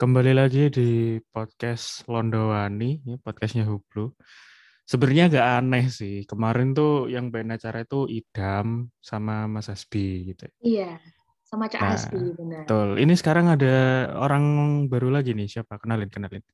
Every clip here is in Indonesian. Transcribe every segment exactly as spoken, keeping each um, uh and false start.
Kembali lagi di podcast Londowani, ya, podcastnya Hublu. Sebenarnya agak aneh sih. Kemarin tuh yang main acara itu Idam sama Mas Hasbi gitu. Iya, sama Cak Nah, Hasbi benar. betul. Ini sekarang ada orang baru lagi nih. Siapa? Kenalin, kenalin.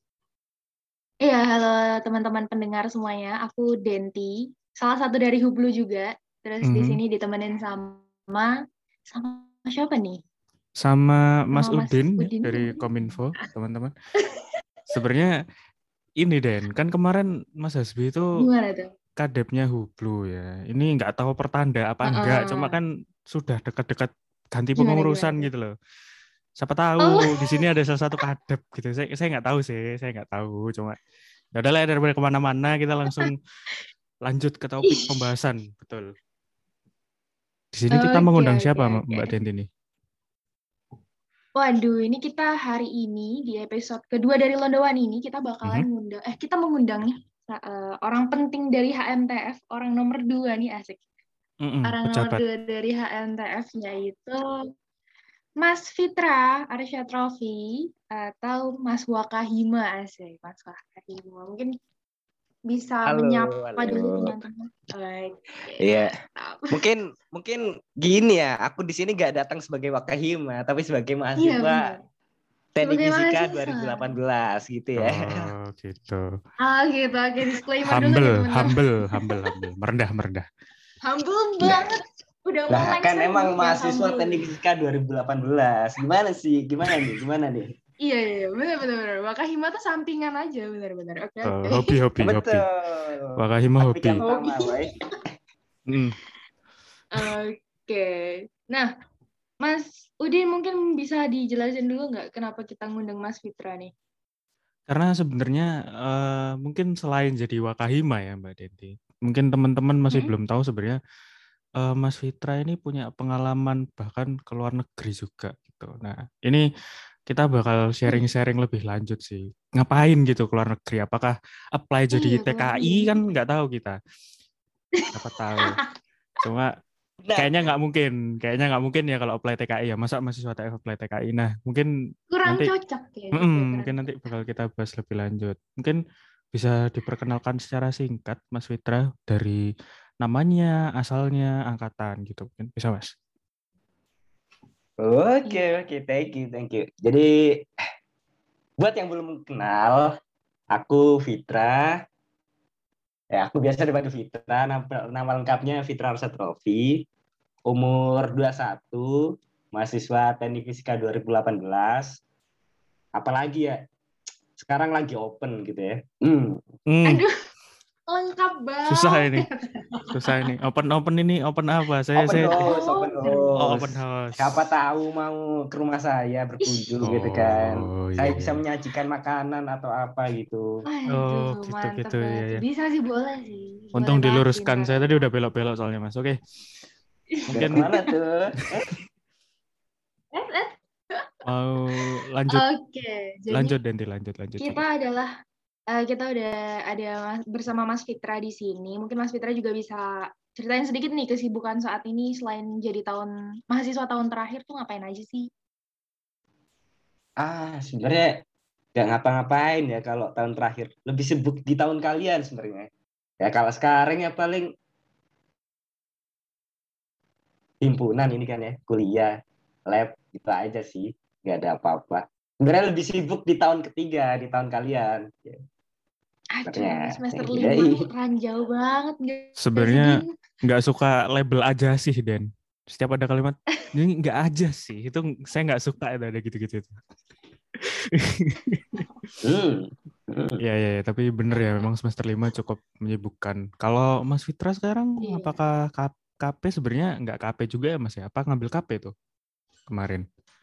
Iya, halo teman-teman pendengar semuanya. Aku Denti, salah satu dari Hublu juga. Terus di Mhm. sini ditemenin sama sama siapa nih? Sama Mas Sama Mas Udin ya, Udin dari kemarin. Kominfo, teman-teman. Sebenarnya ini Den, kan kemarin Mas Hasbi itu Gimana tuh? kadepnya Hublu ya. Ini nggak tahu pertanda apa enggak, cuma Heeh. kan sudah dekat-dekat ganti Gimana gimana pengurusan tuh? gitu loh. Siapa Oh, tahu di sini ada salah satu kadep gitu. Saya saya nggak tahu sih, saya nggak tahu. Cuma ya udahlah daripada kemana-mana kita langsung lanjut ke topik ih. pembahasan. Betul. Di sini kita Oke mengundang oke siapa oke. Mbak Denti ini? Waduh, ini kita hari ini di episode kedua dari Londowan ini kita bakalan Mhm. ngundang, eh kita mengundang nih eh, orang penting dari H M T F, orang nomor dua nih asik. Mm-mm, Orang nomor pejabat. dua dari H M T F yaitu Mas Fitra Arsyad atau Mas Wakahima asik. Mas Wakahima mungkin bisa Halo, menyapa halo. dulu teman-teman. Oke, Iya, mantap. mungkin mungkin gini ya. Aku di sini nggak datang sebagai wakahima, tapi sebagai Iya mahasiswa benar. Teknik Sebagai Fisika mahasiswa. dua ribu delapan belas gitu ya. Oh, gitu. Ah gitu, oke disclaimer dulu nih Humble, teman-teman. humble, humble, humble. Merendah, merendah. Humble Nah, banget. Udah lah mau kan lengser emang hidupnya mahasiswa humble Teknik nih. Fisika dua ribu delapan belas. Gimana sih? Gimana nih? Gimana nih? Iya, iya, iya. Benar, benar, benar. Wakahima tuh sampingan aja, benar, benar. Oke, Eh, oke. hobi, hobi, hobi. Betul. Wakahima Tapi hobi. kan Hobi. utama, boy. Mm. Oke. Nah, Mas Udin mungkin bisa dijelasin dulu nggak kenapa kita ngundang Mas Fitra nih? Karena sebenarnya eh, mungkin selain jadi Wakahima ya Mbak Denti, mungkin teman-teman masih Mm-mm. belum tahu sebenarnya eh, Mas Fitra ini punya pengalaman bahkan ke luar negeri juga gitu. Nah, ini kita bakal Wih, sharing-sharing lebih lanjut sih. Ngapain gitu ke luar negeri? Apakah apply jadi iya keluar T K I negeri. kan nggak tahu kita. Siapa tahu. Cuma Benar. kayaknya nggak mungkin. Kayaknya nggak mungkin ya kalau apply T K I ya. Masa mahasiswa T F apply T K I? Nah, mungkin Kurang nanti cocok ya gitu, Mm-mm, kurang mungkin nanti cocok. bakal kita bahas lebih lanjut. Mungkin bisa diperkenalkan secara singkat, Mas Fitra, dari namanya, asalnya, angkatan gitu. Mungkin bisa, Mas. Oke, Iya. oke. Thank you, thank you. Jadi, buat yang belum kenal, aku Fitra. Ya, aku biasa dipanggil Fitra. Nama, nama lengkapnya Fitra Arsa Trofi. Umur dua puluh satu, mahasiswa Teknik Fisika dua ribu delapan belas. Apalagi ya, sekarang lagi open gitu ya. Hmm. Hmm, Aduh, lengkap susah banget. ini. Susah ini. Open open ini open apa? Saya Open saya house, Oh, open oh, house. open house. Siapa tahu mau ke rumah saya ih, berkunjung gitu kan. Oh, iya Saya iya bisa iya. menyajikan makanan atau apa gitu. Oh, aduh, gitu mantep gitu ya banget sih. ya. Bisa sih, boleh sih. Boleh Untung banget sih diluruskan. ntar. Saya tadi udah belok-belok soalnya, Mas. Oke. Belok Mungkin kemana tuh? Eh, eh. mau lanjut Oke, jadi lanjut Denti lanjut lanjut kita coba. adalah eh, kita udah ada mas- bersama Mas Fitra di sini. Mungkin Mas Fitra juga bisa ceritain sedikit nih kesibukan saat ini selain jadi tahun mahasiswa tahun terakhir tuh ngapain aja sih? Ah, sebenarnya nggak ngapa-ngapain ya kalau tahun terakhir. Lebih sibuk di tahun kalian sebenarnya. Ya kalau sekarang ya paling himpunan ini kan ya, kuliah, lab, itu aja sih. Nggak ada apa-apa. Sebenarnya lebih sibuk di tahun ketiga, di tahun kalian. Ya, Aduh, sebenarnya. semester Ya, lima tuh ranjau banget nggak sih, Sebenarnya Din? nggak suka label aja sih Den. Setiap ada kalimat ini nggak aja sih. Itu saya nggak suka itu ada gitu-gitu itu. Hmm. Hmm. Ya, ya, ya, tapi bener ya memang semester lima cukup menyibukkan. Kalau Mas Fitra sekarang Iya. apakah K- KP sebenarnya nggak K P juga ya Mas ya? Apa ngambil K P tuh kemarin?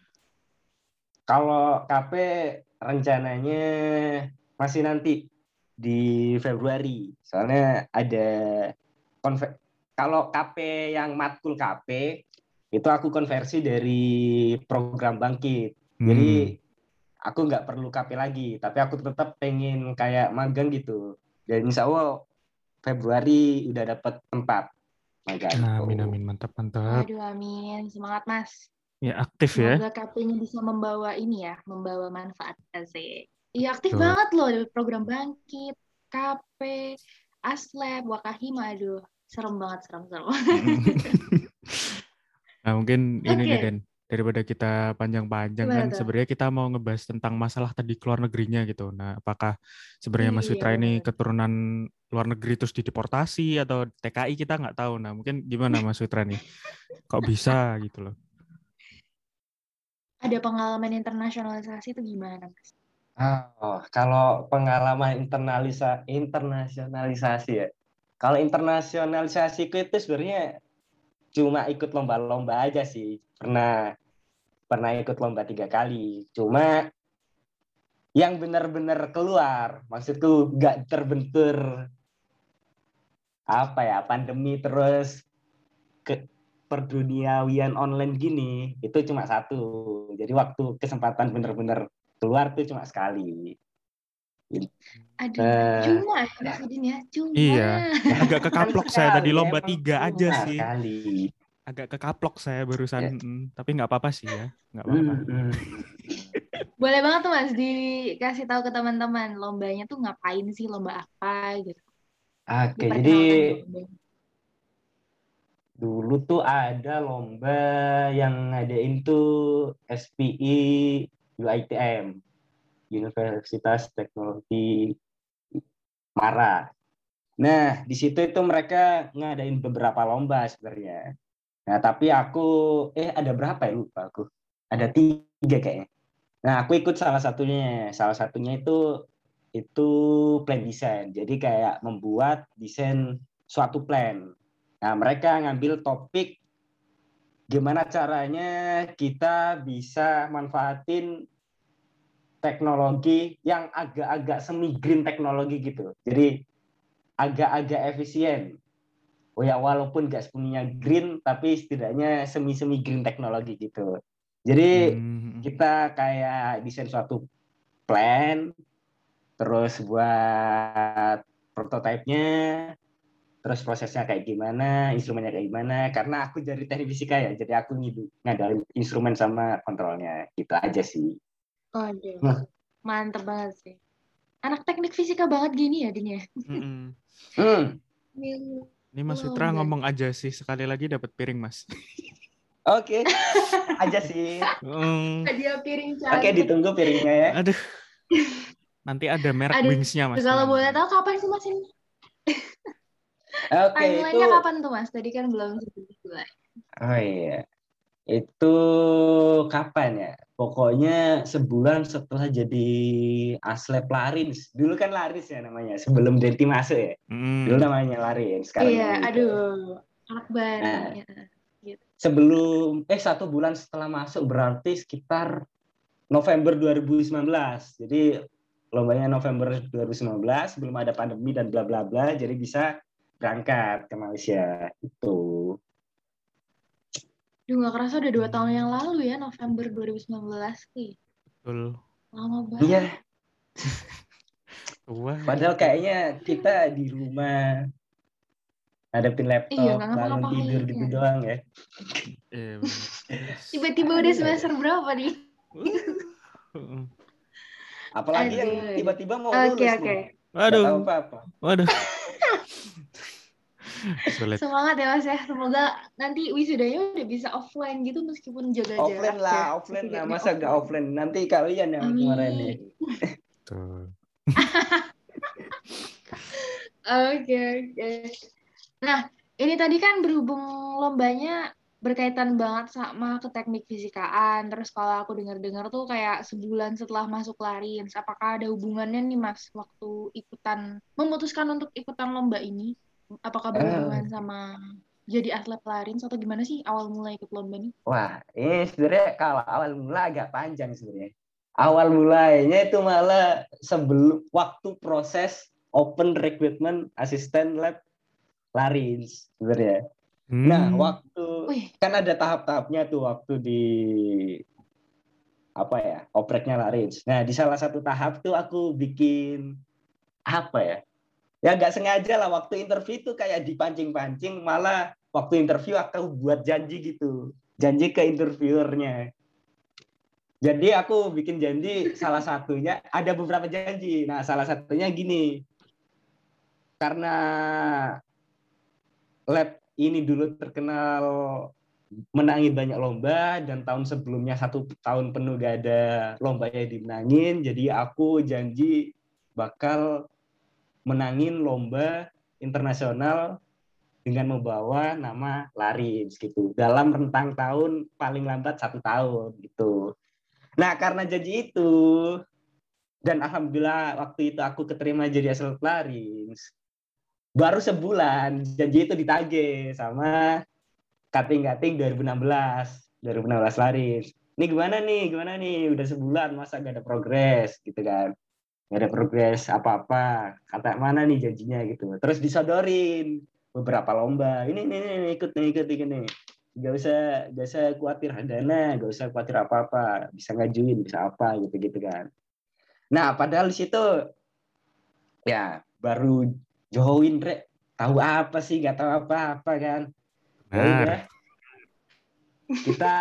Kalau K P rencananya masih nanti di Februari. Soalnya ada konver kalau K P yang matkul K P itu aku konversi dari program Bangkit. Jadi Hmm. aku nggak perlu K P lagi, tapi aku tetap pengen kayak magang gitu. Dan insya Allah Februari udah dapat tempat magang Amin tuh. amin mantap mantap. Waduh, amin. Semangat, Mas. Ya aktif ya. Semoga K P-nya bisa membawa ini ya, membawa manfaat sih. Iya aktif Betul. banget loh dari program Bangkit, K P, Aslab, Wakahima, aduh serem banget, serem-serem. Nah, mungkin ini nih Oke, Den, daripada kita panjang-panjang kan gimana tuh? sebenarnya kita mau ngebahas tentang masalah tadi keluar negerinya gitu. Nah, apakah sebenarnya Mas Iya Fitra ini benar. keturunan luar negeri terus dideportasi atau T K I kita nggak tahu. Nah, mungkin gimana Mas Fitra nih? Kok bisa gitu loh. Ada pengalaman internasionalisasi itu gimana, Mas? Oh, kalau pengalaman internalisa internasionalisasi ya. Kalau internasionalisasiku itu sebenarnya cuma ikut lomba-lomba aja sih. Pernah pernah ikut lomba tiga kali. Cuma yang benar-benar keluar, maksudku nggak terbentur apa ya pandemi terus ke perduniawian online gini itu cuma satu. Jadi waktu kesempatan benar-benar keluar tuh cuma sekali. Aduh, Nah, cuma ya Mas Udin ya, cuma. Iya, agak kan kekaplok saya tadi sekali, lomba emang tiga aja cuma sih. sekali. Agak kekaplok saya barusan, Ya. mm, tapi nggak apa-apa sih ya, nggak apa-apa. Hmm, hmm. Boleh banget tuh Mas dikasih tahu ke teman-teman lombanya tuh ngapain sih, lomba apa gitu. Oke, jadi Diperkenalkan dong. dulu tuh ada lomba yang ngadain tuh S P I U I T M, Universitas Teknologi Mara. Nah, di situ itu mereka ngadain beberapa lomba sebenarnya. Nah, tapi aku, eh ada berapa ya lupa aku. Ada tiga kayaknya. Nah, aku ikut salah satunya. Salah satunya itu itu plan design. Jadi kayak membuat desain suatu plan. Nah, mereka ngambil topik gimana caranya kita bisa manfaatin teknologi yang agak-agak semi green teknologi gitu. Jadi agak-agak efisien. Oh ya, walaupun nggak sepenuhnya green, tapi setidaknya semi-semi green teknologi gitu. Jadi Hmm. kita kayak desain suatu plan, terus buat prototipenya, terus prosesnya kayak gimana, instrumennya kayak gimana. Karena aku dari teknik fisika ya, jadi aku ngadain instrumen sama kontrolnya. Gitu aja sih. Waduh, Hmm. mantep banget sih. Anak teknik fisika banget gini ya, Din ya? Mm-mm. Hmm. Ini Mas Fitra Lomba. ngomong aja sih, sekali lagi dapat piring Mas. Oke, aja sih. Hmm. Hadiah piring Oke, cantik. ditunggu piringnya ya. Aduh, nanti ada merek Aduh, wingsnya Mas. kalau Tenang, boleh tenang. tahu kapan sih Mas ini? Oke, itu. Timeline-nya kapan tuh Mas? Tadi kan belum sebulan. Oh iya. Itu kapan ya? Pokoknya sebulan setelah jadi Aslep Larins. Dulu kan Larins ya namanya, sebelum Denti masuk ya. Dulu Hmm. namanya Larins, sekarang Iya, namanya aduh, Denti. anak baru nih. Nah, Ya, gitu. sebelum, eh satu bulan setelah masuk berarti sekitar November dua ribu sembilan belas. Jadi lombanya November dua ribu sembilan belas, belum ada pandemi dan bla bla bla, jadi bisa berangkat ke Malaysia. Itu. Duh, gak kerasa udah dua tahun yang lalu ya, November dua ribu sembilan belas sih. Betul. Lama banget. Iya. Tua ya Padahal kita. kayaknya kita di rumah hadapin Iya, laptop, gak bangun tidur gitu ngapa-ngapain. doang ya. Iya benar. Tiba-tiba udah Aduh, aduh. semester berapa nih? Uh. Apalagi yang Aduh, aduh. tiba-tiba mau Oke, lulus oke. nih. Nggak tahu Waduh, apa-apa. waduh. Sulit. Semangat ya Mas ya. Semoga nanti wisudanya udah bisa offline gitu meskipun jaga jarak Offline lah, ya. offline lah. Setidaknya Masa nggak offline. offline? Nanti kalian yang kemarin nih. Amin. Tuh. Oke, oke. Nah, ini tadi kan berhubung lombanya berkaitan banget sama ke teknik fisikaan. Terus kalau aku dengar-dengar tuh kayak sebulan setelah masuk Larins. Apakah ada hubungannya nih Mas waktu ikutan, memutuskan untuk ikutan lomba ini? Apakah Eh, berhubungan sama jadi atlet Larins atau gimana sih awal mulai ikut lomba ini? wah, ini sebenarnya kalau awal mula agak panjang sebenarnya. Awal mulainya itu malah sebelum waktu proses open recruitment asisten lab Larins sebenarnya. Nah, Hmm. waktu Wih, kan ada tahap-tahapnya tuh waktu di apa ya, opreknya Larins. Nah, di salah satu tahap tuh aku bikin apa ya? Ya nggak sengaja lah waktu interview tuh kayak dipancing-pancing, malah waktu interview aku buat janji gitu. janji ke interviewernya. Jadi aku bikin janji, salah satunya ada beberapa janji. Nah, salah satunya gini. Karena lab ini dulu terkenal menangin banyak lomba dan tahun sebelumnya satu tahun penuh gak ada lomba yang dimenangin, jadi aku janji bakal menangin lomba internasional dengan membawa nama Larins gitu dalam rentang tahun paling lambat satu tahun gitu. Nah, karena janji itu dan alhamdulillah waktu itu aku keterima jadi asal Larins, baru sebulan janji itu ditagih sama Kating-kating dua ribu enam belas Larins. Ini gimana nih, gimana nih, udah sebulan masa gak ada progres gitu kan. Gak ada progres apa-apa. Kata mana nih janjinya gitu. Terus disodorin beberapa lomba. Ini, ini, ini, ikut nih, ikut nih. Gak usah, gak usah khawatir dana, gak usah khawatir apa-apa. Bisa ngajuin, bisa apa gitu-gitu kan. Nah, padahal di situ ya baru join, Re. Tahu apa sih, gak tahu apa-apa kan. Ya udah, kita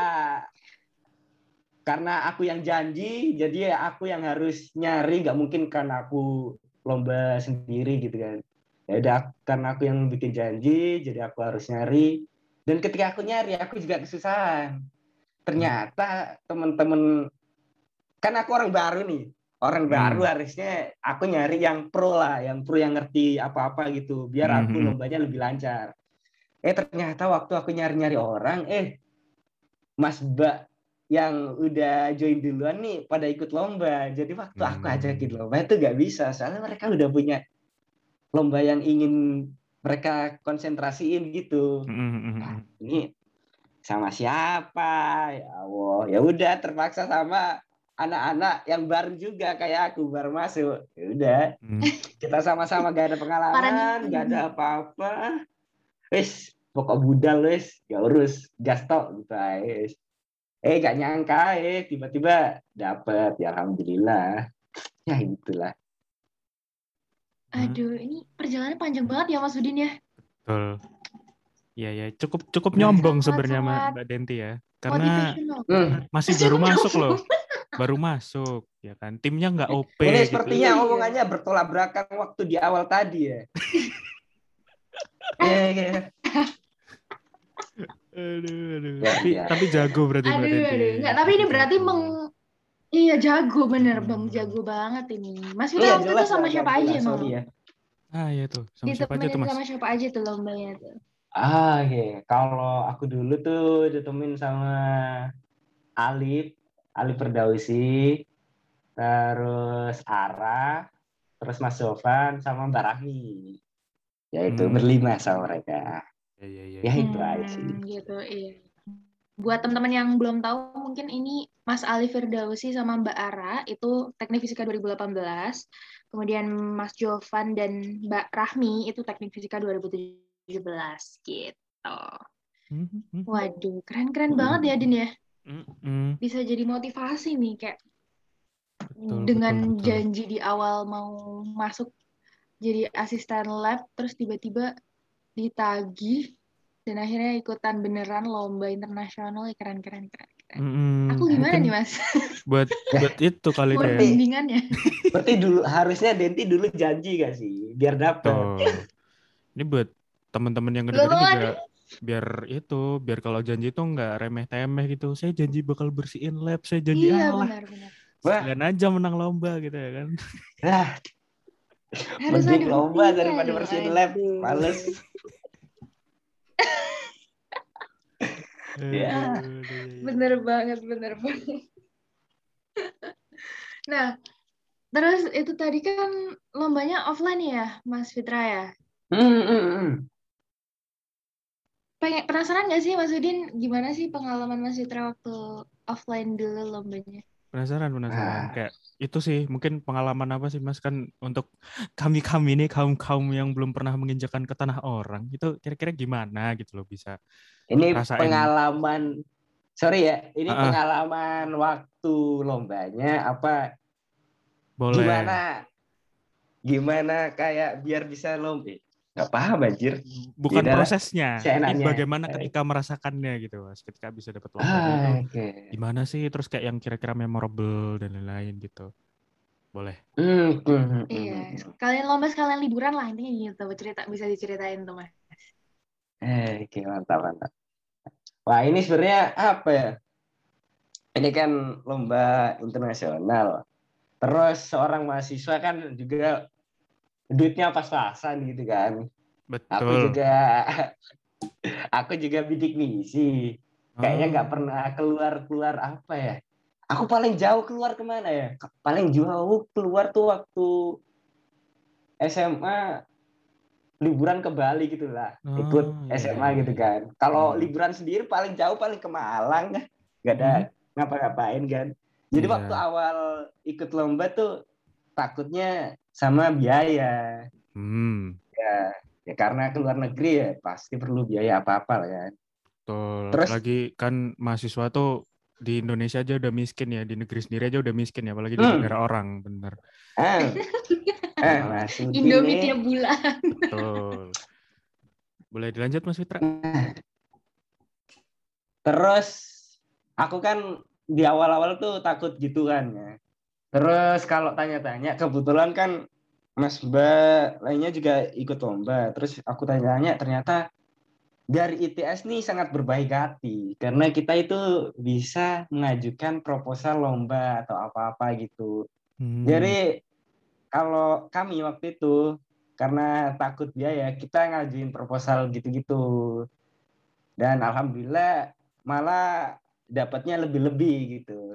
karena aku yang janji, jadi aku yang harus nyari, nggak mungkin kan aku lomba sendiri gitu kan. Ya udah, karena aku yang bikin janji, jadi aku harus nyari. Dan ketika aku nyari, aku juga kesusahan. Ternyata teman-teman, kan aku orang baru nih, orang baru hmm. harusnya aku nyari yang pro lah, yang pro yang ngerti apa-apa gitu, biar aku hmm. lombanya lebih lancar. Eh ternyata waktu aku nyari-nyari orang, eh Mas Mbak yang udah join duluan nih pada ikut lomba. Jadi waktu aku ajakin lomba itu gak bisa. Soalnya mereka udah punya lomba yang ingin mereka konsentrasiin gitu. Nah, ini sama siapa? Ya Allah. Ya udah terpaksa sama anak-anak yang baru juga kayak aku baru masuk. Ya udah. Kita sama-sama gak ada pengalaman, gak ada apa-apa. Wis, pokok budal wis, ya urus gas tok gitu guys. Eh gak nyangka eh tiba-tiba dapet, ya alhamdulillah. Ya itulah. Aduh, ini perjalanan panjang banget ya Mas Udin ya. Betul. Iya ya, cukup cukup nyombong sebenarnya Mbak Denti ya. Karena hmm. masih baru masuk loh. Baru masuk ya kan. Timnya nggak O P ini gitu. Sepertinya omongannya bertolak belakang waktu di awal tadi ya. Iya, iya. Aduh, aduh. Ya, tapi, ya. tapi jago berarti Mbak Denti. Aduh, aduh. Enggak, tapi ini berarti meng... Iya, jago bener, hmm. Bang. Jago banget ini. Mas Fitra iya, waktu itu sama siapa aja emang? Ya. Ah, iya tuh. Sama siapa aja tuh, Mas? Sama siapa aja tuh lombanya tuh? Ah, iya. Kalau aku dulu tuh ditemuin sama Alif, Alif Firdausi, terus Ara, terus Mas Jovan, sama Mbak Rahmi. Yaitu hmm. berlima sama mereka. Ya, ya, ya. Ya itu hmm, aja sih. Gitu, iya. Buat teman-teman yang belum tahu, mungkin ini Mas Alif Firdausi sama Mbak Ara, itu Teknik Fisika dua ribu delapan belas. Kemudian Mas Jovan dan Mbak Rahmi, itu Teknik Fisika dua ribu tujuh belas. Gitu. Waduh, keren-keren hmm. banget ya, Din ya. Hmm. Bisa jadi motivasi nih, kayak betul, dengan betul, betul. janji di awal mau masuk jadi asisten lab, terus tiba-tiba ditagih, dan akhirnya ikutan beneran lomba internasional. Ya keren-keren keren. Mm, aku gimana nih Mas? Buat buat itu kali deh. Buat bimbingannya. Berarti dulu harusnya Denti dulu janji gak sih biar dapet. Oh. Ini buat teman-teman yang ngedengerin juga biar itu, biar kalau janji itu nggak remeh-temeh gitu. Saya janji bakal bersihin lab, saya janji iya, Allah. benar-benar. Sekalian aja menang lomba gitu ya kan. Nah. Mending lomba daripada bersihin lab, males. Ya, bener banget, bener banget. Nah, terus itu tadi kan lombanya offline ya, Mas Fitra ya? Hmm, hmm, hmm. Pengen, penasaran nggak sih Mas Udin, gimana sih pengalaman Mas Fitra waktu offline dulu lombanya? Penasaran, penasaran. Ah. Kayak itu sih, mungkin pengalaman apa sih Mas, kan untuk kami-kami ini, kaum-kaum yang belum pernah menginjakan ke tanah orang, itu kira-kira gimana gitu loh bisa ini rasain. Pengalaman, sorry ya, ini uh-uh. pengalaman waktu lombanya apa? Boleh. Gimana? Gimana kayak biar bisa lomba? Nggak paham anjir. Bukan Yaudah, prosesnya, tapi seenaknya. bagaimana ketika merasakannya gitu Mas. Ketika bisa dapat lombanya itu Ah, oke. gimana sih, terus kayak yang kira-kira memorable dan lain-lain gitu. Boleh. Hmm, hmm, hmm, Iya, hmm. sekalian lomba sekalian liburan lah intinya gitu. Cerita bisa diceritain tuh Mas. Eh, oke, mantap, mantap. Wah, ini sebenarnya apa ya? Ini kan lomba internasional. Terus seorang mahasiswa kan juga duitnya pas-pasan gitu kan. Aku Betul. juga aku juga bidik misi. Kayaknya nggak Oh. pernah keluar-keluar apa ya. Aku paling jauh keluar kemana ya? Paling jauh keluar tuh waktu S M A liburan ke Bali gitu lah. Ikut Oh, iya iya S M A iya gitu iya. kan. Kalau Hmm. liburan sendiri paling jauh paling ke Malang. Nggak ada Mhm. ngapa-ngapain kan. Jadi waktu Iya. awal ikut lomba tuh takutnya sama biaya. Hmm. Ya, ya karena ke luar negeri ya pasti perlu biaya apa-apa lah ya. Betul. Terus Apalagi kan mahasiswa tuh di Indonesia aja udah miskin ya, di negeri sendiri aja udah miskin ya, apalagi di hmm, negara orang, bener. ah, ah, Ah, Mas Udin Indomie nih. tiap bulan. betul. Boleh dilanjut Mas Fitra? Terus aku kan di awal-awal tuh takut gitu kan ya. Terus kalau tanya-tanya kebetulan kan Mas Mbak lainnya juga ikut lomba. Terus aku tanya-tanya ternyata dari I T S nih sangat berbaik hati karena kita itu bisa mengajukan proposal lomba atau apa-apa gitu. Hmm. Jadi kalau kami waktu itu karena takut biaya kita ngajuin proposal gitu-gitu dan alhamdulillah malah dapatnya lebih-lebih gitu.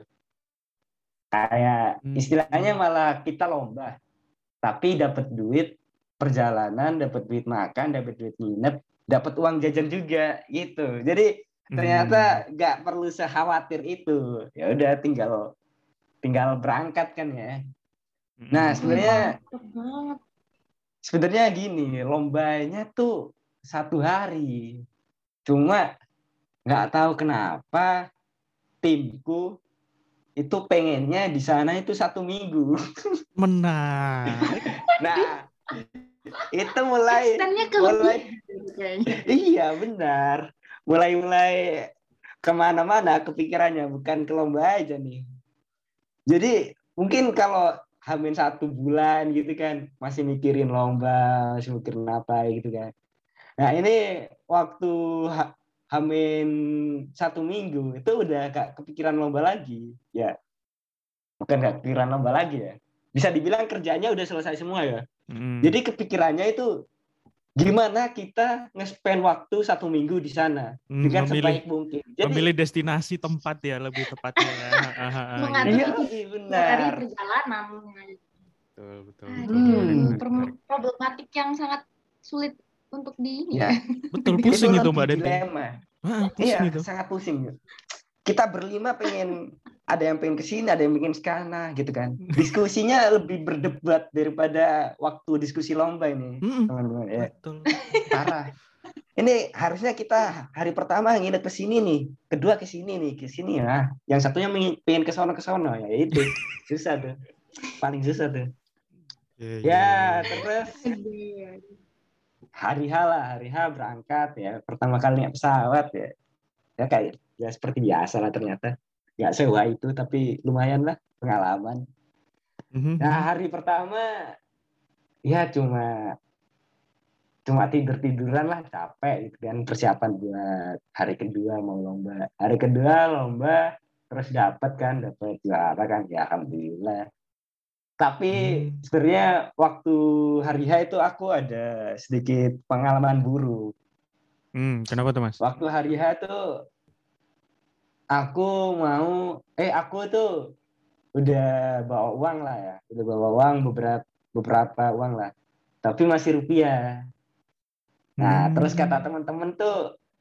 Kayak istilahnya Hmm. malah kita lomba tapi dapat duit perjalanan, dapat duit makan, dapat duit nginep, dapat uang jajan juga gitu. Jadi Hmm. ternyata nggak perlu sekhawatir itu. Ya udah tinggal tinggal berangkat kan ya. Nah Hmm. Wih, sebenarnya mantep banget. sebenarnya gini, lombanya tuh satu hari. Cuma nggak tahu kenapa timku itu pengennya di sana itu satu minggu. Menarik. Nah itu mulai Extendnya mulai kelebihan kayaknya. iya benar. Mulai-mulai kemana-mana kepikirannya bukan ke lomba aja nih. Jadi mungkin kalau hamin satu bulan gitu kan masih mikirin lomba, masih mikirin apa gitu kan. Nah ini waktu ha- hamin satu minggu itu udah gak kepikiran lomba lagi. Ya bukan gak kepikiran lomba lagi ya. Bisa dibilang kerjanya udah selesai semua ya. Hmm. Jadi kepikirannya itu gimana kita nge-spend waktu satu minggu di sana Hmm, dengan memilih sebaik mungkin. memilih Jadi destinasi tempat ya, lebih tepatnya. Ha, ha, ha, ha, Mengatur gitu. iya itu tiga hari benar. perjalanan. Betul, betul, betul. Menarik, Aduh, Hmm, menarik, menarik. problematik yang sangat sulit untuk di ini ya. ya Betul, itu pusing itu lebih Mbak Denti. dilema. Ah, pusing Iya itu. sangat pusing. Kita berlima pengen ada yang pengen ke sini, ada yang pengen ke sana gitu kan. Diskusinya lebih berdebat daripada waktu diskusi lomba ini, Mm-mm. teman-teman. Ya, Betul. parah. Ini harusnya kita hari pertama nginep ke sini nih, kedua ke sini nih, ke sini ya. Yang satunya pengen ke sono ke sono ya itu. Susah tuh. Paling susah tuh. Iya, iya, iya, iya. Ya, terus Aduh. hari H lah, hari H berangkat ya. Pertama kali naik pesawat ya. Ya kayak ya seperti biasa lah ternyata. Nggak sewa itu tapi lumayan lah pengalaman. Nah, Mhm. hari pertama ya cuma cuma tidur tiduran lah capek gitu kan persiapan buat hari kedua mau lomba hari kedua lomba terus dapat kan dapat juara kan ya alhamdulillah tapi Hmm. sebenarnya waktu hari H itu aku ada sedikit pengalaman buruk Hmm, kenapa tuh Mas? waktu hari H tuh aku mau eh aku tuh udah bawa uang lah ya udah bawa uang beberapa beberapa uang lah tapi masih rupiah. Nah, terus kata Hmm. teman-teman tuh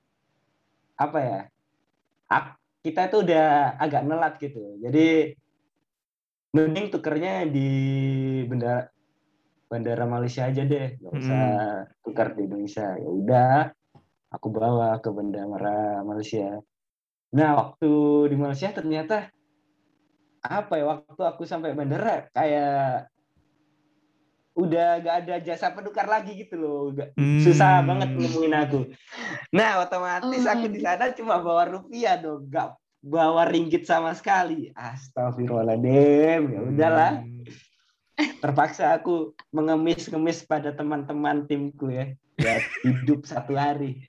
apa ya? ak- Kita tuh udah agak nelat gitu. Jadi mending tukernya di bandara bandara Malaysia aja deh, nggak usah Hmm. tukar di Indonesia. Ya udah, aku bawa ke bandara Malaysia. Nah, waktu di Malaysia ternyata apa ya? Waktu aku sampai bandara kayak udah gak ada jasa penukar lagi gitu loh. Gak, Hmm. susah banget nemuin aku. Nah, otomatis Oh aku my di sana cuma bawa rupiah dong, gak bawa ringgit sama sekali. Astagfirullahaladzim, ya udahlah. Hmm. Terpaksa aku mengemis-ngemis pada teman-teman timku ya, buat hidup satu hari.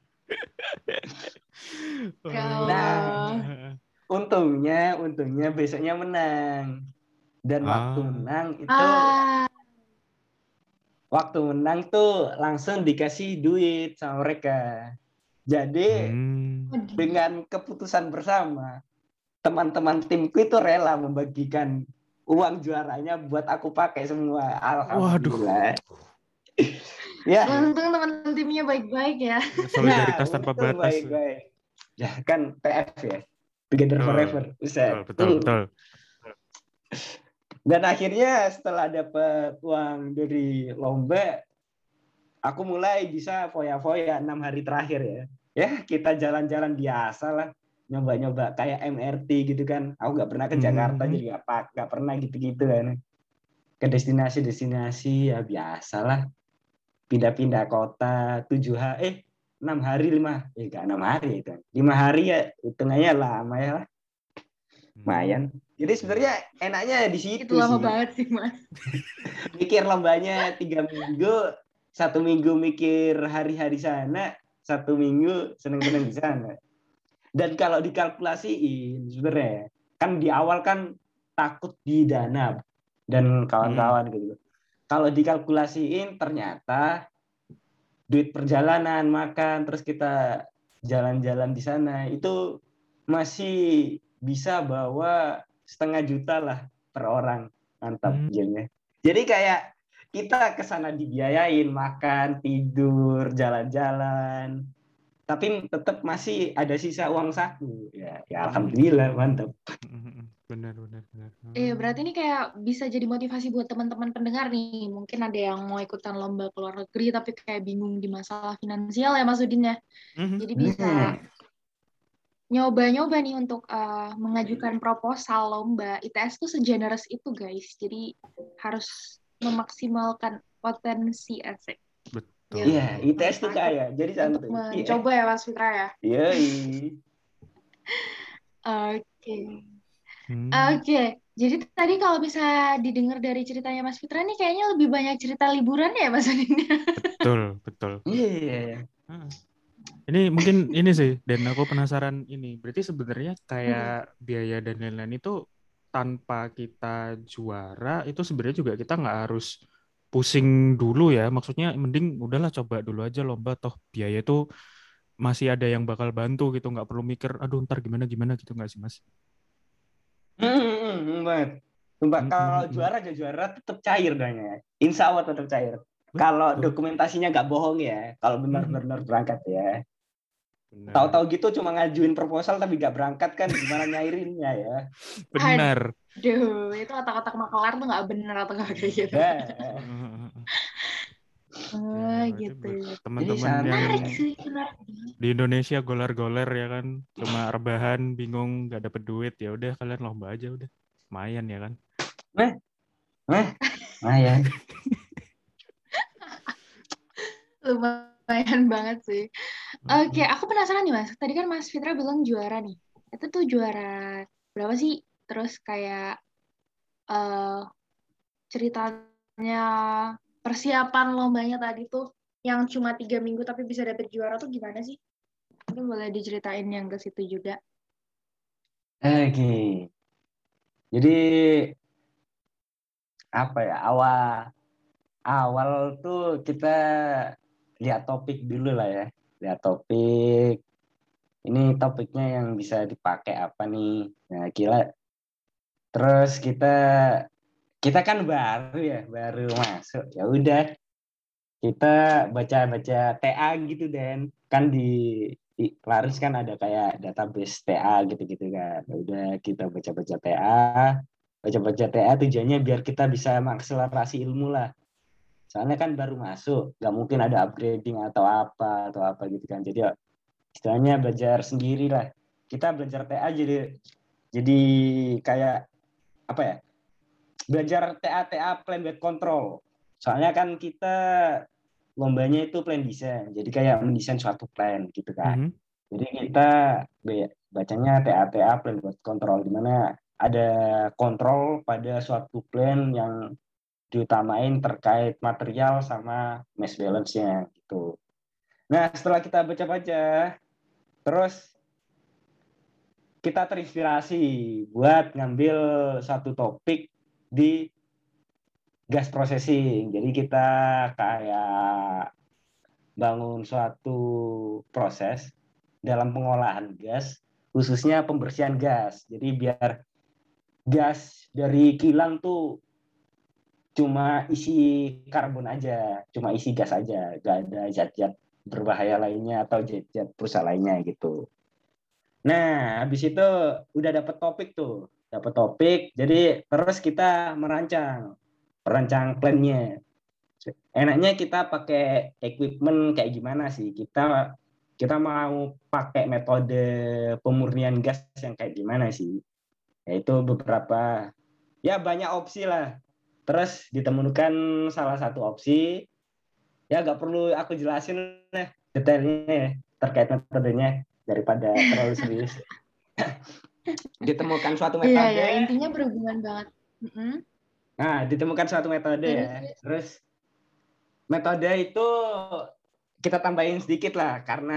Nah, God. untungnya, untungnya besoknya menang. Dan waktu Ah. menang itu, Ah, waktu menang tuh langsung dikasih duit sama mereka. Jadi Hmm. dengan keputusan bersama, teman-teman timku itu rela membagikan uang juaranya buat aku pakai semua. Waduh. Alhamdulillah. Ya, untung teman timnya baik-baik ya. Solidaritas nah, tanpa untung batas. baik-baik. Ya kan P F ya, Together Betul. Forever. Betul, Buset. betul, Hmm. betul. Dan akhirnya setelah dapat uang dari lomba, aku mulai bisa foya-foya enam hari terakhir ya. Ya kita jalan-jalan biasa lah, nyoba-nyoba kayak M R T gitu kan. Aku nggak pernah ke Jakarta, Hmm. jadi nggak pak nggak pernah gitu-gitu kan. Ke destinasi-destinasi ya biasa lah. Pindah-pindah kota tujuh hari, eh enam hari lima, eh nggak enam hari itu, lima hari ya hitungannya lama ya lah, lumayan. Jadi sebenarnya enaknya di situ Itu lama sih. banget sih, Mas. Mikir lombanya tiga minggu, satu minggu mikir hari-hari sana, satu minggu seneng-seneng di sana. Dan kalau dikalkulasiin sebenarnya, kan di awal kan takut di dana dan kawan-kawan gitu. Kalau dikalkulasiin ternyata duit perjalanan, makan, terus kita jalan-jalan di sana itu masih bisa bawa setengah juta lah per orang. Mantap Hmm. gamenya. Jadi kayak kita ke sana dibiayain makan, tidur, jalan-jalan, tapi tetap masih ada sisa uang saku. Ya, ya alhamdulillah, mantap. Benar, benar, benar. Eh, berarti ini kayak bisa jadi motivasi buat teman-teman pendengar nih. Mungkin ada yang mau ikutan lomba ke luar negeri tapi kayak bingung di masalah finansial ya Mas Udin ya. Mhm. Jadi bisa nyoba-nyoba nih untuk uh, mengajukan proposal lomba. I T S tuh segenerous itu guys. Jadi harus memaksimalkan potensi asik. Betul. Iya, I T S tuh Manfaat kaya, jadi untuk santuy. mencoba ya Mas Fitra ya. Iya. Oke. Hmm. Oke. Jadi tadi kalau bisa didengar dari ceritanya Mas Fitra nih kayaknya lebih banyak cerita liburan ya Mas Udin. Betul, betul. Iya. Ah. Ini mungkin ini sih, dan aku penasaran ini. Berarti sebenarnya kayak biaya dan lain-lain itu tanpa kita juara itu sebenarnya juga kita nggak harus pusing dulu ya. Maksudnya mending udahlah coba dulu aja lomba, toh biaya itu masih ada yang bakal bantu gitu, nggak perlu mikir aduh ntar gimana gimana gitu, nggak sih Mas? Hmm, hmm, hmm, banget. Sumpah, Mm, kalau mm, mm. juara aja juara tetap cair danya. Insya Allah tetap cair. Kalau Betul. dokumentasinya nggak bohong ya, kalau Mhm. benar-benar berangkat ya. Benar. Tahu-tahu gitu cuma ngajuin proposal tapi nggak berangkat kan gimana nyairinnya ya? Benar. Aduh, itu otak-otak makelar tuh nggak bener atau nggak kayak gitu. Ya. Oh, Ya, berarti gitu. buat Jadi teman-teman santai. yang Menarik sih, menarik. di Indonesia goler-goler ya kan, cuma rebahan, bingung, nggak dapet duit, ya udah kalian lomba aja udah, lumayan ya kan. Nah, nah, nah ya. Lumayan banget sih. Oke, Mm-mm. aku penasaran nih Mas. Tadi kan Mas Fitra bilang juara nih. Itu tuh juara berapa sih? Terus kayak eh ceritanya persiapan lombanya tadi tuh yang cuma tiga minggu tapi bisa dapet juara tuh gimana sih? Mungkin boleh diceritain yang ke situ juga. Oke. Jadi apa ya, awal awal tuh kita lihat topik dulu lah ya. Lihat topik. Ini topiknya yang bisa dipakai apa nih? Nah, kira terus kita kita kan baru ya, baru masuk. Ya udah, kita baca-baca T A gitu dan kan di, di Laris kan ada kayak database T A gitu-gitu kan. Ya udah kita baca-baca T A, baca-baca T A tujuannya biar kita bisa mengakselerasi ilmu lah. Soalnya kan baru masuk, nggak mungkin ada upgrading atau apa atau apa gitu kan. Jadi ya, istilahnya belajar sendiri lah. Kita belajar T A jadi jadi kayak apa ya? Belajar T A T A plan weight control. Soalnya kan kita lombanya itu plan design. Jadi kayak mendesain suatu plan gitu kan. Mhm. Jadi kita be- bacanya T A T A, plan buat kontrol, di mana ada kontrol pada suatu plan yang diutamain terkait material sama mass balance-nya gitu. Nah, setelah kita baca-baca, terus kita terinspirasi buat ngambil satu topik di gas processing. Jadi kita kayak bangun suatu proses dalam pengolahan gas, khususnya pembersihan gas. Jadi biar gas dari kilang tuh cuma isi karbon aja, cuma isi gas aja, gak ada zat-zat berbahaya lainnya atau zat-zat perusak lainnya gitu. Nah, habis itu udah dapet topik tuh, dapet topik, jadi terus kita merancang, merancang plannya. Enaknya kita pakai equipment kayak gimana sih? Kita kita mau pakai metode pemurnian gas yang kayak gimana sih? Yaitu beberapa, ya banyak opsi lah. Terus ditemukan salah satu opsi, ya nggak perlu aku jelasin lah detailnya ya, terkait metodenya daripada terlalu serius. Ditemukan suatu Iya, metode. ya, intinya berhubungan banget. Mm-mm. Nah, ditemukan suatu metode Terus, ya. terus. Terus metode itu kita tambahin sedikit lah karena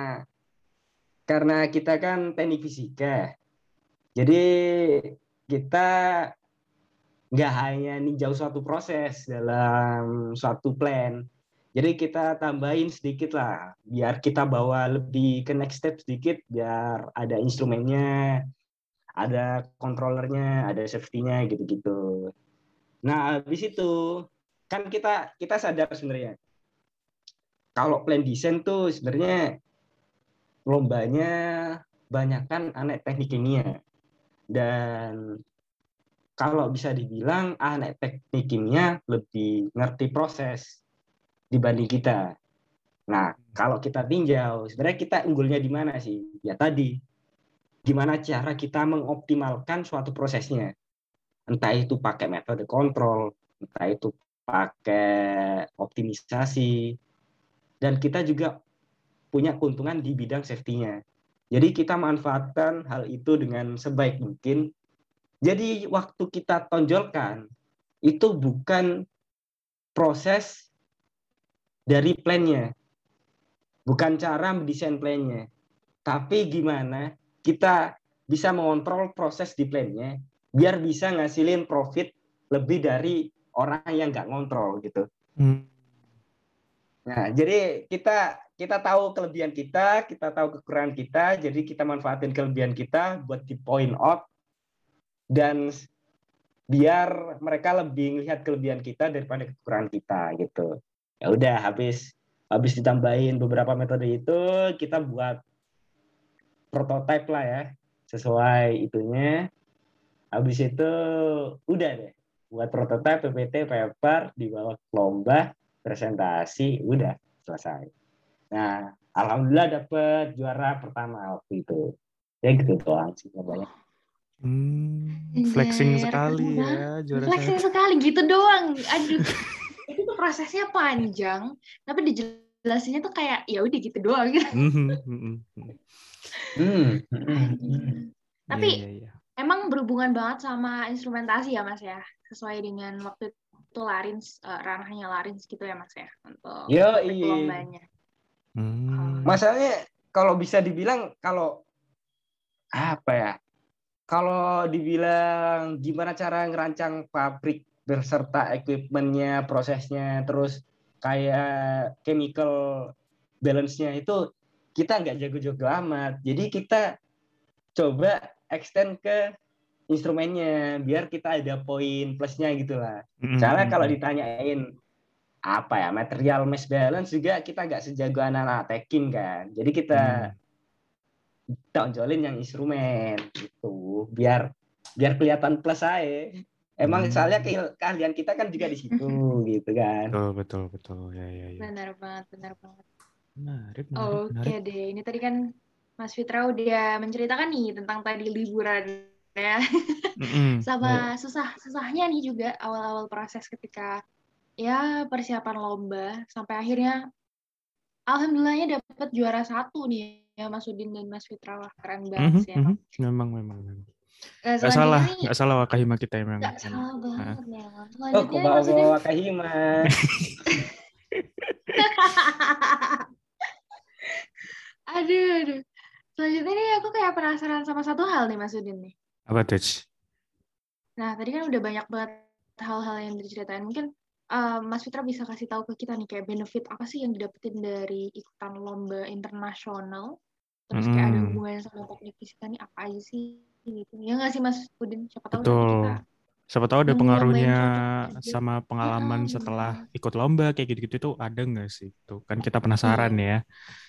karena kita kan teknik fisika. Jadi kita nggak hanya ninjau suatu proses dalam suatu plan. Jadi kita tambahin sedikit lah, biar kita bawa lebih ke next step sedikit, biar ada instrumennya, ada controllernya, ada safety-nya gitu-gitu. Nah, habis itu kan kita kita sadar sebenarnya kalau plan design tuh sebenarnya lombanya banyakkan anak teknik kimia, dan kalau bisa dibilang anak teknik kimia lebih ngerti proses dibanding kita. Nah, kalau kita tinjau, sebenarnya kita unggulnya di mana sih? Ya tadi, gimana cara kita mengoptimalkan suatu prosesnya. Entah itu pakai metode kontrol, entah itu pakai optimisasi, dan kita juga punya keuntungan di bidang safety-nya. Jadi kita manfaatkan hal itu dengan sebaik mungkin. Jadi waktu kita tonjolkan, itu bukan proses dari plan-nya, bukan cara mendesain plan-nya, tapi gimana kita bisa mengontrol proses di plan-nya, biar bisa ngasilin profit lebih dari orang yang nggak ngontrol gitu. Hmm. Nah, jadi kita kita tahu kelebihan kita, kita tahu kekurangan kita, jadi kita manfaatin kelebihan kita buat di point out, dan biar mereka lebih lihat kelebihan kita daripada kekurangan kita gitu. Ya udah, habis habis ditambahin beberapa metode itu, kita buat prototype lah ya, sesuai itunya. Habis itu udah deh, buat prototype, P P T, paper, dibawa ke lomba, presentasi, udah selesai. Nah, alhamdulillah dapet juara pertama waktu itu. Ya gitu doang sih banyak. Hmm, flexing Anjir, sekali keren ya banget. juara Flexing satu. sekali gitu doang. Aduh, itu tuh prosesnya panjang, tapi dijelasinnya tuh kayak ya udah gitu doang. Hmm, hmm, hmm, hmm. Hmm. hmm, hmm. Tapi Iya, iya, iya. emang berhubungan banget sama instrumentasi ya Mas ya, sesuai dengan waktu itu Larins, uh, ranahnya Larins gitu ya Mas ya, untuk Yo, topik iya. lombanya. Hmm. Masalahnya kalau bisa dibilang, kalau apa ya? Kalau dibilang gimana cara ngerancang pabrik beserta equipment-nya, prosesnya, terus kayak chemical balance-nya itu kita nggak jago-jago amat. Jadi kita coba extend ke instrumennya biar kita ada poin plusnya gitu lah. Hmm, Soalnya hmm, kalau hmm. ditanyain apa ya material mass balance juga kita nggak sejago anak-anak tekin kan. Jadi kita Hmm. tonjolin yang instrumen gitu biar biar kelihatan plus aja. Emang Hmm. soalnya ke- keahlian kita kan juga di situ gitu kan. Betul, betul, betul. Ya, ya, ya. Benar banget, benar banget. Menarik, menarik, Oke menarik. deh, ini tadi kan Mas Fitra udah menceritakan nih tentang tadi liburan ya, Mm-mm. sama susah susahnya nih juga awal-awal proses ketika ya persiapan lomba sampai akhirnya alhamdulillahnya dapat juara satu nih ya Mas Udin dan Mas Fitra. Wah, keren banget Mhm, sih mhm. emang. Memang, memang, memang. Nah, Nggak selanjutnya salah, nih nggak salah Wakahima kita emang. nggak Ini. salah Nah. banget nih emang. Oh, ke Selanjutnya Mas Udin. bawah Kahima. Aduh, aduh. Selanjutnya nih aku kayak penasaran sama satu hal nih Mas Udin nih. Apa tuh? Nah, tadi kan udah banyak banget hal-hal yang diceritain. Mungkin uh, Mas Fitra bisa kasih tahu ke kita nih kayak benefit apa sih yang didapetin dari ikutan lomba internasional? Terus kayak ada Hmm, hubungannya sama teknik fisika nih apa aja sih gitu. Ya nggak sih Mas Udin? Siapa tahu nanti betul. kita Siapa tahu ada nemu lomba pengaruhnya yang cocok aja. sama Heeh, pengalaman setelah bener. ikut lomba kayak gitu-gitu tuh ada nggak sih? Tuh kan kita penasaran Iya. ya.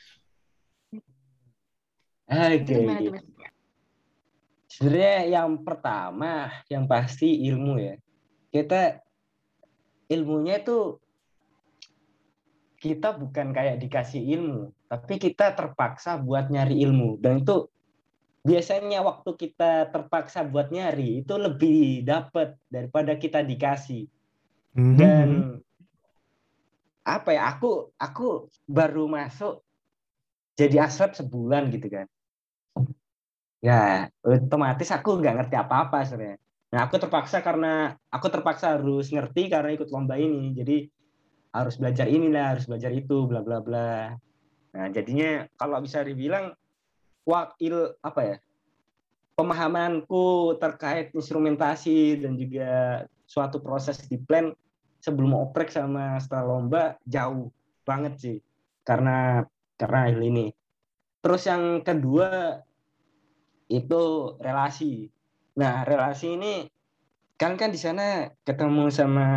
Itu Oke, gimana oke. tuh Mas? Sebenarnya yang pertama, yang pasti ilmu ya. Kita ilmunya itu kita bukan kayak dikasih ilmu, tapi kita terpaksa buat nyari ilmu. Dan itu biasanya waktu kita terpaksa buat nyari itu lebih dapat daripada kita dikasih. Mhm, mhm. Dan apa ya? Aku aku baru masuk jadi asrep sebulan gitu kan. Ya, otomatis aku nggak ngerti apa-apa sebenarnya. Nah, aku terpaksa karena aku terpaksa harus ngerti karena ikut lomba ini. Jadi harus belajar inilah, harus belajar itu, bla bla bla. Nah, jadinya kalau bisa dibilang wakil apa ya? Pemahamanku terkait instrumentasi dan juga suatu proses di plan sebelum oprek sama setelah lomba jauh banget sih. Karena karena hal ini. Terus yang kedua itu relasi. Nah, relasi ini kan kan di sana ketemu sama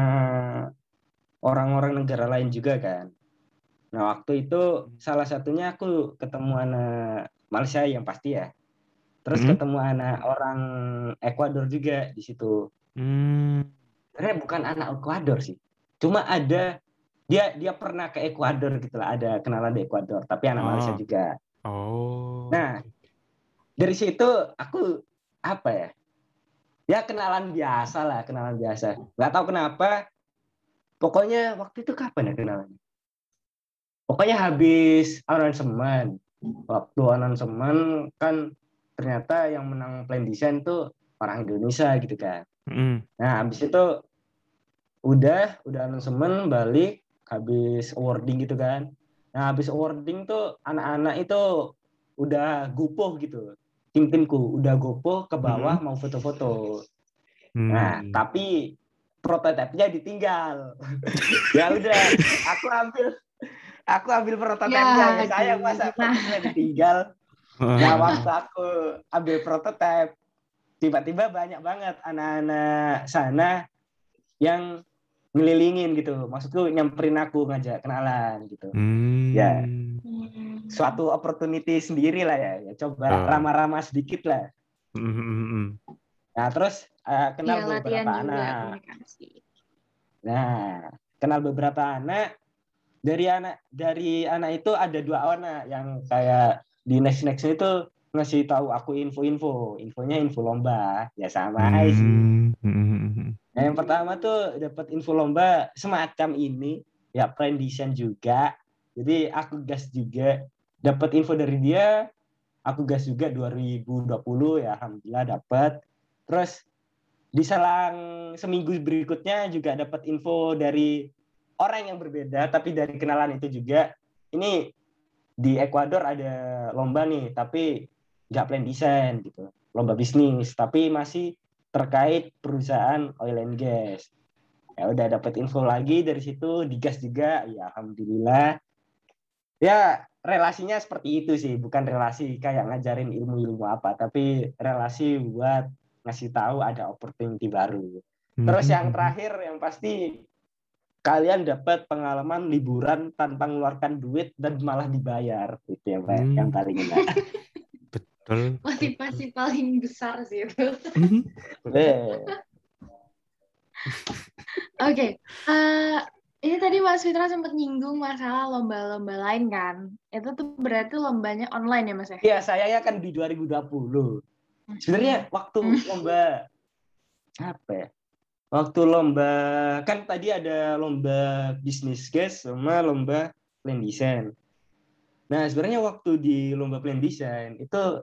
orang-orang negara lain juga kan. Nah, waktu itu salah satunya aku ketemu anak Malaysia yang pasti ya. Terus Mhm. ketemu anak orang Ekuador juga di situ. Hmm. Sebenarnya bukan anak Ekuador sih. Cuma ada dia dia pernah ke Ekuador gitu lah, ada kenalan di Ekuador, tapi anak Malaysia Oh, juga. oh, Nah, dari situ aku apa ya? Ya kenalan biasa lah, kenalan biasa. Nggak tahu kenapa, pokoknya waktu itu kapan ya kenalannya? Pokoknya habis aransemen. Waktu aransemen kan ternyata yang menang plan design tuh orang Indonesia gitu kan. hmm. Nah, habis itu udah, udah aransemen balik, habis awarding gitu kan. Nah, habis awarding tuh anak-anak itu udah gupuh gitu. Tim-timku udah gupuh ke bawah Hmm. mau foto-foto. Nah, Hmm. tapi prototipenya ditinggal. Ya udah, aku ambil aku ambil prototipenya Ya, ya. Sayang aduh, masa gimana? prototipnya ditinggal. Nah, waktu aku ambil prototipe, tiba-tiba banyak banget anak-anak sana yang ngelilingin gitu. Maksudku nyamperin aku, ngajak kenalan gitu. Ya, Hmm. Hmm. suatu opportunity sendiri lah ya. Ya coba Tuh. ramah-ramah sedikit lah. Hmm, hmm, hmm. Nah, terus uh, Ya, kenal latihan beberapa juga anak. komunikasi. Nah, kenal beberapa anak. Dari anak dari anak itu ada dua anak yang kayak di next next itu ngasih tahu aku info-info, infonya info lomba, ya sama aja sih. Hmm, hmm, hmm, hmm. Nah, yang pertama tuh dapat info lomba semacam ini, ya plan design juga. Jadi aku gas juga, dapat info dari dia, aku gas juga dua ribu dua puluh ya, alhamdulillah dapat. Terus di selang seminggu berikutnya juga dapat info dari orang yang berbeda, tapi dari kenalan itu juga. Ini di Ekuador ada lomba nih, tapi nggak plan design gitu. Lomba bisnis, tapi masih terkait perusahaan oil and gas. Ya udah dapat info lagi dari situ, digas juga, ya alhamdulillah. Ya relasinya seperti itu sih, bukan relasi kayak ngajarin ilmu-ilmu apa, tapi relasi buat ngasih tahu ada opportunity baru. Hmm, Terus hmm, yang hmm. terakhir yang pasti kalian dapat pengalaman liburan tanpa mengeluarkan duit dan malah dibayar. Itu yang yang Hmm. paling enak. Betul, betul, betul. Motivasi paling besar sih itu. Hmm. Eh, Oke, eh, ini tadi Mas Fitra sempat nyinggung masalah lomba-lomba lain kan? Itu tuh berarti lombanya online ya Mas ya? ya saya ya kan di dua ribu dua puluh. Sebenarnya waktu Hmm. lomba apa ya? Waktu lomba, kan tadi ada lomba bisnis guys sama lomba plan design. Nah, sebenarnya waktu di lomba plan design itu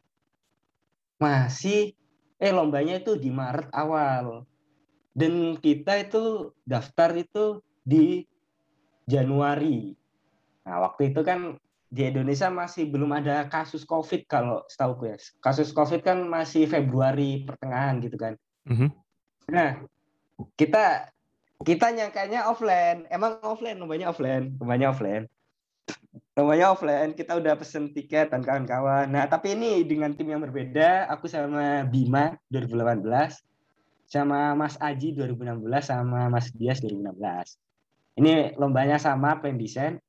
masih, eh lombanya itu di Maret awal. Dan kita itu daftar itu di Januari. Nah, waktu itu kan di Indonesia masih belum ada kasus COVID kalau setahu gue. Kasus COVID kan masih Februari pertengahan gitu kan. Mhm. Nah, kita kita nyangkanya offline. Emang offline, lombanya offline, lombanya offline. Lombanya offline, kita udah pesen tiket dan kawan-kawan. Nah, tapi ini dengan tim yang berbeda. Aku sama Bima dua ribu delapan belas, sama Mas Aji dua ribu enam belas, sama Mas Dias dua ribu enam belas. Ini lombanya sama plan design.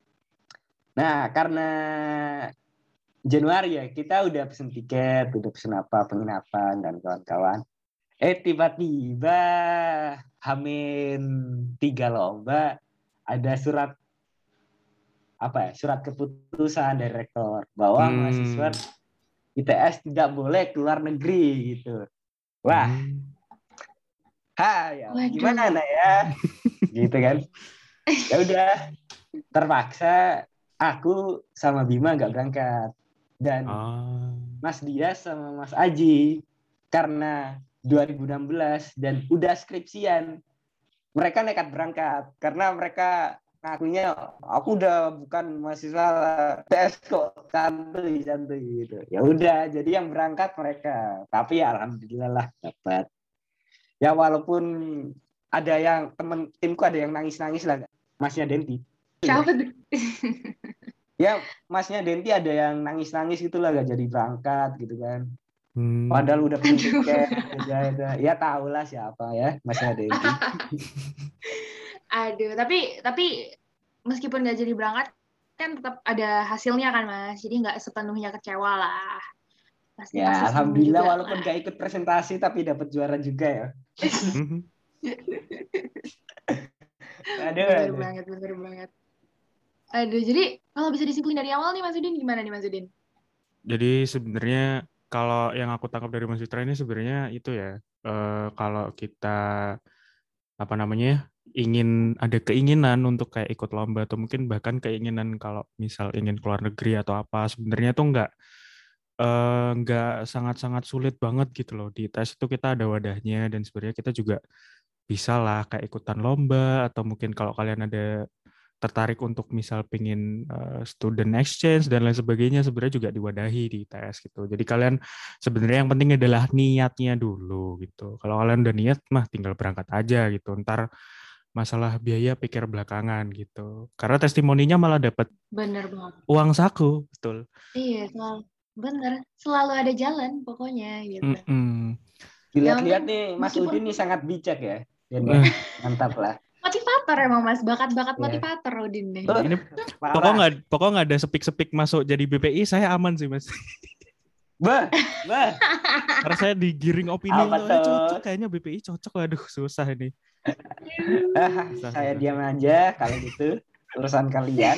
Nah, karena Januari ya, kita udah pesen tiket, udah pesen apa, penginapan, dan kawan-kawan. Eh, tiba-tiba Hamin tiga lomba, ada surat, apa ya, surat keputusan dari rektor, bahwa Hmm. mahasiswa I T S tidak boleh keluar negeri, gitu. Wah, Hmm. ha, ya, Waduh. gimana ya? Gitu kan. Ya udah, terpaksa aku sama Bima nggak berangkat. Dan Ah. Mas Dias sama Mas Aji, karena dua ribu enam belas dan udah skripsian, mereka nekat berangkat karena mereka ngakunya aku udah bukan mahasiswa T S kok, santuy santuy gitu. Ya udah, jadi yang berangkat mereka. Tapi ya alhamdulillah lah dapat. Ya walaupun ada yang temen timku ada yang nangis-nangis lah, Masnya Denti. Siapa tuh? Ya Masnya Denti ada yang nangis-nangis gitu lah, gak jadi berangkat gitu kan. Hmm. Padahal udah punya Aduh. tiket, udah, udah. Ya tahulah siapa ya, Masnya Denti. Aduh, tapi tapi meskipun nggak jadi berangkat kan tetap ada hasilnya kan Mas, jadi nggak sepenuhnya kecewa lah. Pasti Ya pasti seneng alhamdulillah juga walaupun lah. gak ikut presentasi tapi dapat juara juga ya. Mhm. Aduh, Bener aduh. banget, bener banget. Aduh, jadi kalau bisa disimpulin dari awal nih Mas Udin, gimana nih Mas Udin? Jadi sebenarnya kalau yang aku tangkap dari Mas Fitra ini sebenarnya itu ya, eh, kalau kita apa namanya ingin ada keinginan untuk kayak ikut lomba atau mungkin bahkan keinginan kalau misal ingin keluar negeri atau apa, sebenarnya tuh nggak eh, nggak sangat-sangat sulit banget gitu loh. Di tes itu kita ada wadahnya dan sebenarnya kita juga bisa lah kayak ikutan lomba atau mungkin kalau kalian ada tertarik untuk misal pengen uh, student exchange dan lain sebagainya sebenarnya juga diwadahi di I T S gitu. Jadi kalian sebenarnya yang penting adalah niatnya dulu gitu. Kalau kalian udah niat mah tinggal berangkat aja gitu. Ntar masalah biaya pikir belakangan gitu. Karena testimoninya malah dapat Bener banget. uang saku, betul. Iya, selalu, bener. Selalu ada jalan pokoknya gitu. Mm-mm. Dilihat-lihat Yang nih Mas meskipun Udin nih sangat bijak ya. Dan ya, Eh, mantap lah. motivator emang Mas, bakat-bakat Iya. motivator Udin nih. Tuh, ini pokoknya parah. nggak pokoknya nggak ada sepik-sepik masuk jadi B P I, saya aman sih Mas. Bah, bah. Karena saya digiring opini, Apa eh, tuh? cocok kayaknya B P I cocok, waduh susah ini. Ah, Susah, saya susah. diam aja kalau gitu. Urusan kalian.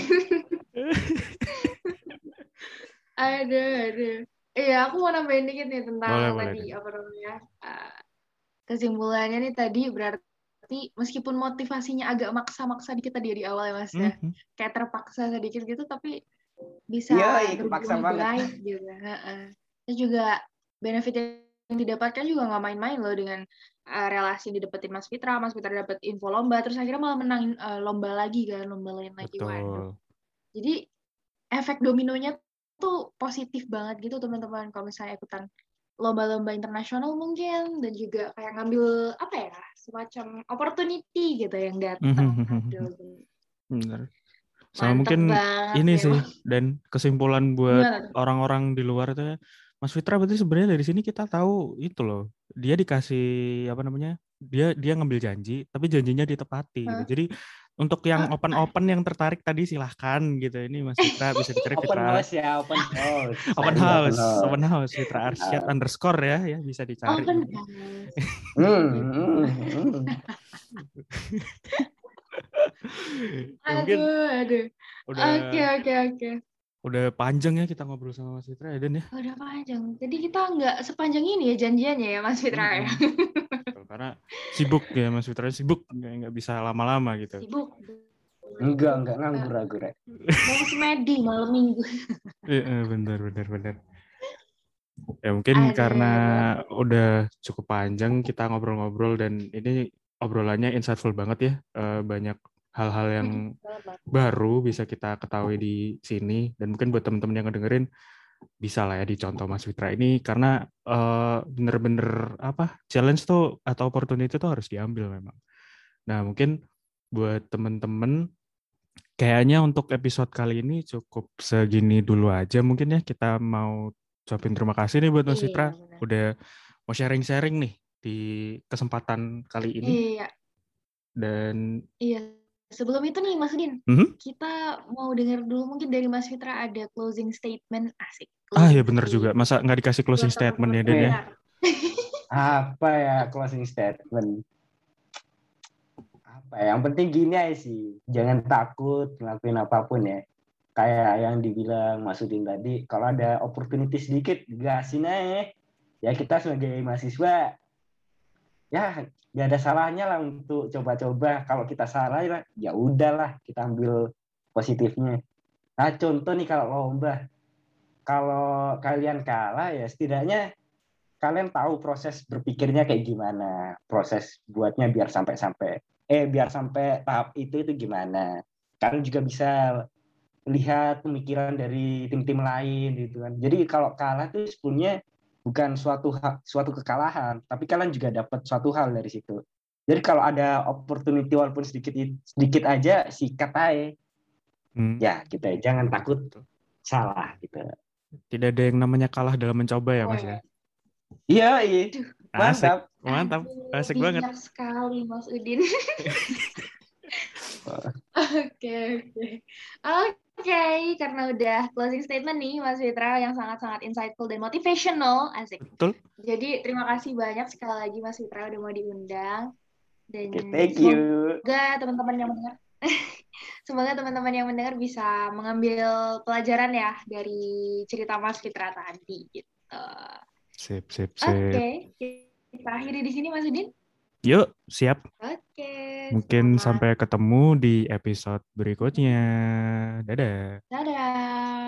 Aduh, aduh. Iya, aku mau nambahin dikit nih tentang Boleh, boleh tadi deh. apa namanya. uh, kesimpulannya nih tadi berarti meskipun motivasinya agak maksa-maksa dikit tadi di awal ya Mas ya. Mhm. Kayak terpaksa sedikit gitu tapi bisa Iya, kepaksa berbuah banget. baik gitu. Heeh. Terus juga benefit yang didapatkan juga nggak main-main loh dengan uh, relasi yang didapetin Mas Fitra. Mas Fitra dapet info lomba terus akhirnya malah menangin uh, lomba lagi kan, lomba lain lagi. Waduh. Betul. Jadi efek dominonya tuh positif banget gitu teman-teman kalau misalnya ikutan lomba-lomba internasional mungkin dan juga kayak ngambil apa ya semacam opportunity gitu yang datang. Aduh, Benar. Sama mantep mungkin banget ini nih sih, Mas. dan kesimpulan buat Gimana tuh? orang-orang di luar itu ya, Mas Fitra berarti sebenarnya dari sini kita tahu itu loh, dia dikasih apa namanya, dia dia ngambil janji, tapi janjinya ditepati gitu. Hah? Jadi untuk yang Ah, open-open yang tertarik tadi silahkan gitu. Ini Mas Fitra bisa dicari Open Fitra house ya, open house. open Cari house, house. open house Fitra Arsyad underscore ya, ya bisa dicari. open house. Hmm, hmm, hmm. Ya, mungkin Aduh, aduh. udah Oke, oke, oke. udah panjang ya kita ngobrol sama Mas Fitra ya Dan ya. Udah panjang. Jadi kita nggak sepanjang ini ya janjiannya ya Mas Fitra ya. Mm-mm. Betul, karena sibuk ya Mas Fitra, sibuk nggak nggak bisa lama-lama gitu. Sibuk. Enggak, enggak nganggur aku, Rek. Mau semedi malam minggu. Iya, benar benar benar. Ya mungkin Ada. karena udah cukup panjang kita ngobrol-ngobrol dan ini obrolannya insightful banget ya. Eh, banyak hal-hal yang baru bisa kita ketahui di sini dan mungkin buat teman-teman yang ngedengerin bisa lah ya dicontoh Mas Fitra ini karena eh, bener-bener apa challenge tuh atau opportunity tuh harus diambil memang. Nah mungkin buat teman-teman kayaknya untuk episode kali ini cukup segini dulu aja mungkin ya. Kita mau ucapin terima kasih nih buat Mas Iya, Fitra benar. udah mau sharing-sharing nih di kesempatan kali ini Iya, dan iya. Sebelum itu nih Mas Udin, Mhm. kita mau dengar dulu mungkin dari Mas Fitra ada closing statement asik. ah ya Closing bener juga masa nggak dikasih closing buat statement ya teman-teman Den ya. pendengar. Apa ya closing statement? Apa ya? Yang penting gini aja sih, jangan takut ngelakuin apapun ya. Kayak yang dibilang Mas Udin tadi, kalau ada opportunity sedikit, gasin aja. Ya kita sebagai mahasiswa, ya nggak ada salahnya lah untuk coba-coba. Kalau kita salah ya ya udahlah kita ambil positifnya. Nah contoh nih kalau lomba, kalau kalian kalah ya setidaknya kalian tahu proses berpikirnya kayak gimana, proses buatnya biar sampai-sampai eh biar sampai tahap itu itu gimana. Kalian juga bisa lihat pemikiran dari tim-tim lain gitu kan. Jadi kalau kalah tuh sebenarnya bukan suatu suatu kekalahan, tapi kalian juga dapat suatu hal dari situ. Jadi kalau ada opportunity walaupun sedikit sedikit aja sikat aja. Hmm. Ya, kita jangan takut salah gitu. Tidak ada yang namanya kalah dalam mencoba ya Mas ya. Iya, iya. Mantap, Mantap. mantap, Aduh, asik bijak banget. sekali Mas Udin. Oke, oke. Oke, karena udah closing statement nih Mas Fitra yang sangat-sangat insightful dan motivational, asik. Betul. Jadi terima kasih banyak sekali lagi Mas Fitra udah mau diundang. Dan Okay, thank you. Semoga teman-teman yang mendengar semoga teman-teman yang mendengar bisa mengambil pelajaran ya dari cerita Mas Fitra tadi gitu. Sip, sip, sip. Oke, okay. Kita akhiri di sini Mas Udin. Yuk, siap. Oke. Okay, mungkin selamat. Sampai ketemu di episode berikutnya. Dadah. Dadah.